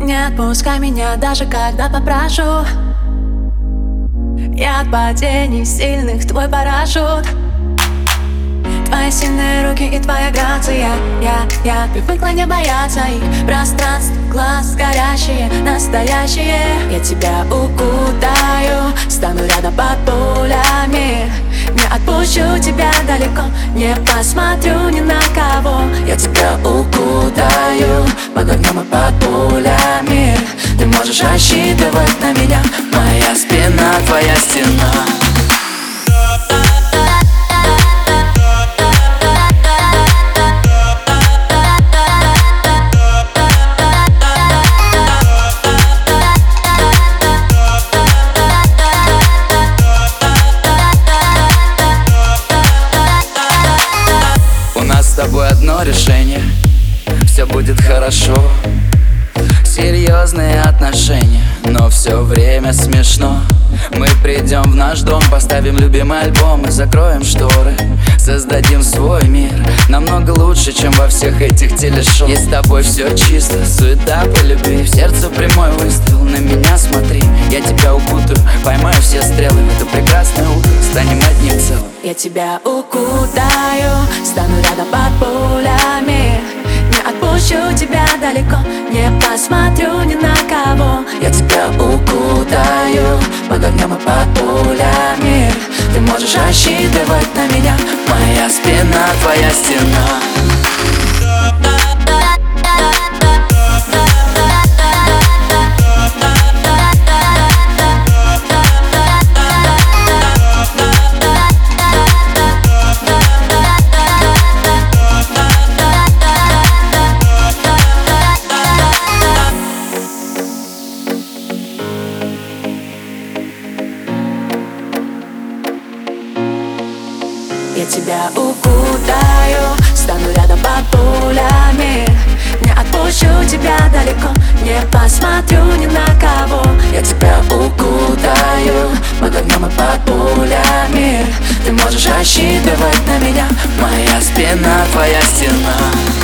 Не отпускай меня, даже когда попрошу. Я от падений сильных твой парашют. Твои сильные руки и твоя грация. Я привыкла не бояться их. Пространств, глаз горящие, настоящие. Я тебя укутаю, стану рядом под пулями. Не отпущу тебя далеко, не посмотрю ни на кого. Я тебя укутаю под огнем и под пулями. Ты можешь рассчитывать на меня, моя спина, твоя стена. С тобой одно решение, все будет хорошо. Серьезные отношения, но все время смешно. Мы придем в наш дом, поставим любимый альбом и закроем шторы. Создадим свой мир, намного лучше, чем во всех этих телешоу. И с тобой все чисто, суета по любви. В сердце прямой выстрел, на меня смотри. Я тебя укутаю, поймаю все стрелы. В это прекрасное утро станем одним целым. Я тебя укутаю, стану рядом под пулями. Не отпущу тебя далеко, не посмотрю ни на кого. Я тебя укутаю под огнем и под пулями. Ты можешь рассчитывать на меня, моя спина, твоя стена. Я тебя укутаю, стану рядом под пулями. Не отпущу тебя далеко, не посмотрю ни на кого. Я тебя укутаю под огнем и под пулями. Ты можешь рассчитывать на меня, моя спина, твоя стена.